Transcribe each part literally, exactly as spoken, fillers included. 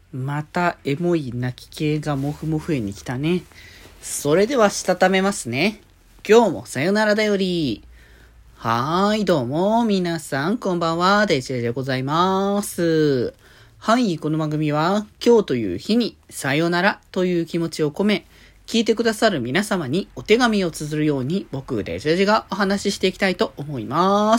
またエモい泣き系がモフモフ園に来たね。それではしたためますね。今日もさよならだより。はーい、どうも、皆さん、こんばんは、デジェジでございます。はい、この番組は、今日という日に、さよならという気持ちを込め、聞いてくださる皆様にお手紙を綴るように、僕、デジェジがお話ししていきたいと思います。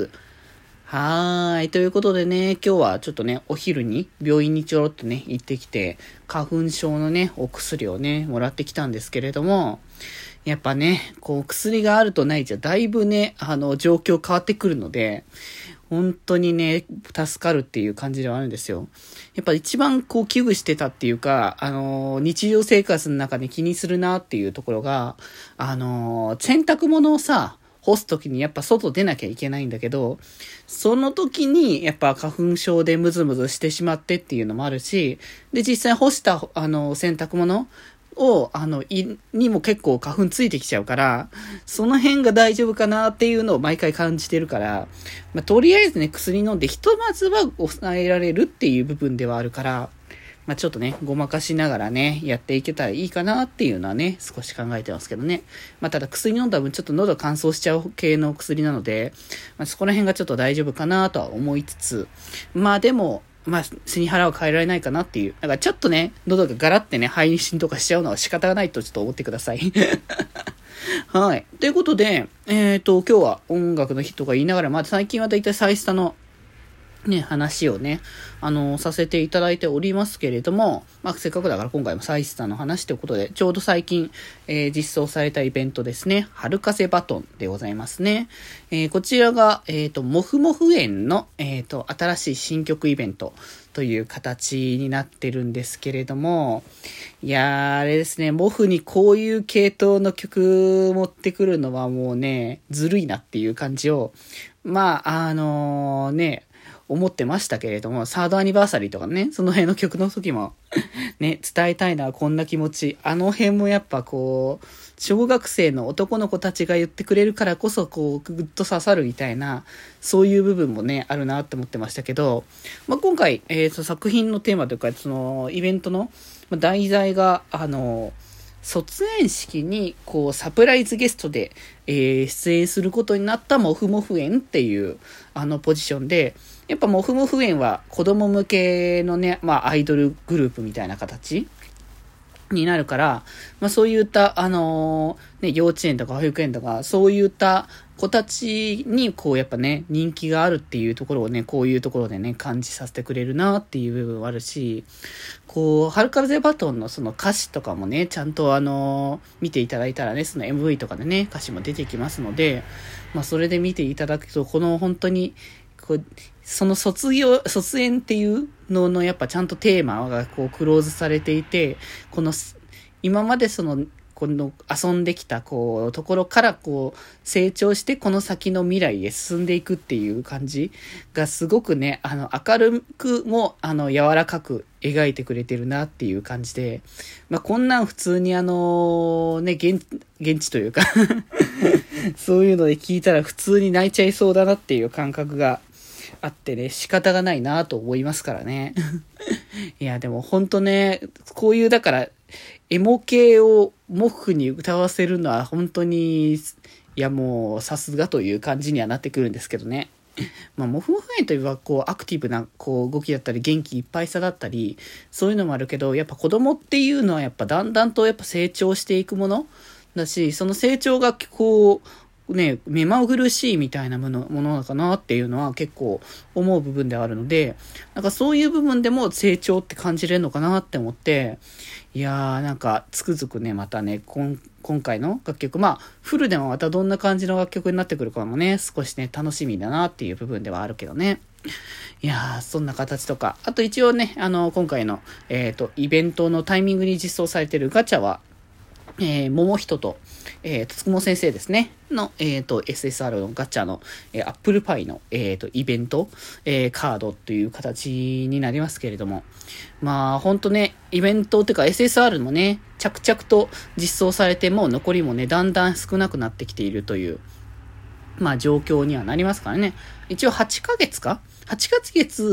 はーい。ということでね、今日はちょっとね、お昼に病院にちょろっとね、行ってきて、花粉症のね、お薬をね、もらってきたんですけれども、やっぱね、こう、薬があるとないじゃ、だいぶね、あの、状況変わってくるので、本当にね、助かるっていう感じではあるんですよ。やっぱ一番こう危惧してたっていうか、あの、日常生活の中で気にするなっていうところが、あの、洗濯物をさ、干すときにやっぱ外出なきゃいけないんだけど、その時にやっぱ花粉症でムズムズしてしまってっていうのもあるし、で実際干したあの洗濯物を、あの、い、にも結構花粉ついてきちゃうから、その辺が大丈夫かなっていうのを毎回感じてるから、まあ、とりあえずね、薬飲んでひとまずは抑えられるっていう部分ではあるから、まあ、ちょっとね、ごまかしながらね、やっていけたらいいかなっていうのはね、少し考えてますけどね。まあ、ただ薬飲んだ分ちょっと喉乾燥しちゃう系の薬なので、まあ、そこら辺がちょっと大丈夫かなとは思いつつ、まあでも、まあ、背に腹は変えられないかなっていう。だからちょっとね、喉がガラってね、配信とかしちゃうのは仕方がないとちょっと思ってください。はい。ということで、えっと、今日は音楽の日とか言いながら、まあ最近はだいたいサイスタのね、話をね、あのー、させていただいておりますけれども、まあ、せっかくだから今回もサイスタの話ということで、ちょうど最近、えー、実装されたイベントですね、春風バトンでございますね。えー、こちらが、えっと、モフモフ園の、えっと、新しい新曲イベントという形になってるんですけれども、いやー、あれですね、モフにこういう系統の曲持ってくるのはもうね、ずるいなっていう感じを、まあ、あのー、ね、思ってましたけれども、サードアニバーサリーとかね、その辺の曲の時もね、伝えたいな、こんな気持ち。あの辺もやっぱこう、小学生の男の子たちが言ってくれるからこそ、こう、ぐっと刺さるみたいな、そういう部分もね、あるなって思ってましたけど、まあ、今回、えーと、作品のテーマというか、その、イベントの題材が、あの、卒園式にこうサプライズゲストで、えー、出演することになったモフモフ園っていうあのポジションで、やっぱモフモフ園は子供向けのね、まあアイドルグループみたいな形になるから、まあそういった、あのー、ね、幼稚園とか保育園とか、そういった子たちに、こうやっぱね、人気があるっていうところをね、こういうところでね、感じさせてくれるなっていう部分はあるし、こう、春風バトンのその歌詞とかもね、ちゃんとあのー、見ていただいたらね、その エムブイ とかでね、歌詞も出てきますので、まあそれで見ていただくと、この本当に、こうその卒業、卒園っていうののやっぱちゃんとテーマがこうクローズされていて、この今までそのこの遊んできたこうところからこう成長してこの先の未来へ進んでいくっていう感じがすごくね、あの明るくもあの柔らかく描いてくれてるなっていう感じで、まあこんなん普通にあのね現現地というかそういうので聞いたら普通に泣いちゃいそうだなっていう感覚があってね、仕方がないなと思いますからね。いや、でもほんとね、こういうだから、エモ系をモフに歌わせるのは本当に、いやもうさすがという感じにはなってくるんですけどね。まあ、モフモフ園といえばこうアクティブなこう動きだったり元気いっぱいさだったり、そういうのもあるけど、やっぱ子供っていうのはやっぱだんだんとやっぱ成長していくものだし、その成長がこう、ね、目まぐるしいみたいなもの、ものなのかなっていうのは結構思う部分ではあるので、なんかそういう部分でも成長って感じれるのかなって思って、いやーなんかつくづくね、またね、今今回の楽曲、まあフルでもまたどんな感じの楽曲になってくるかもね、少しね、楽しみだなっていう部分ではあるけどね。いやー、そんな形とか、あと一応ね、あの、今回の、えっと、イベントのタイミングに実装されているガチャは、えー、桃人と、えー、つくも先生ですね。の、えっと、エスエスアール のガチャの、えー、アップルパイの、えっと、イベント、えー、カードという形になりますけれども。まあ、ほんとね、イベントっていうか エスエスアール もね、着々と実装されて、もう残りもね、だんだん少なくなってきているという、まあ、状況にはなりますからね。一応はちかげつか ?はち ヶ月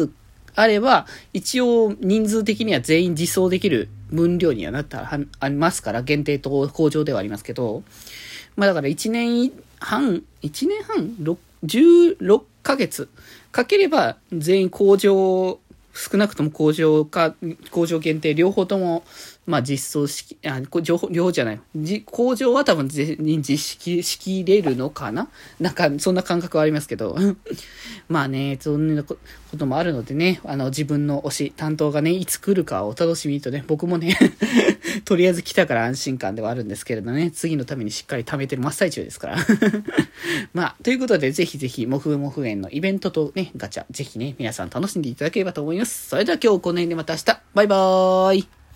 あれば、一応人数的には全員実装できる分量にはなったは、ありますから、限定と向上ではありますけど、まあだからいちねんはん、いちねんはん、じゅうろっかげつかければ全員向上、少なくとも向上か、向上限定両方とも、まあ実装しき、あ、情報、両方じゃない。じ向上は多分全員実施しきれるのかななんか、そんな感覚はありますけど。まあね、そんなこともあるのでね、あの、自分の推し、担当がね、いつ来るかをお楽しみにとね、僕もね、とりあえず来たから安心感ではあるんですけれどね、次のためにしっかり貯めてる真っ最中ですから。まあ、ということで、ぜひぜひ、もふもふ園のイベントとね、ガチャ、ぜひね、皆さん楽しんでいただければと思います。それでは今日この辺でまた明日、バイバーイ。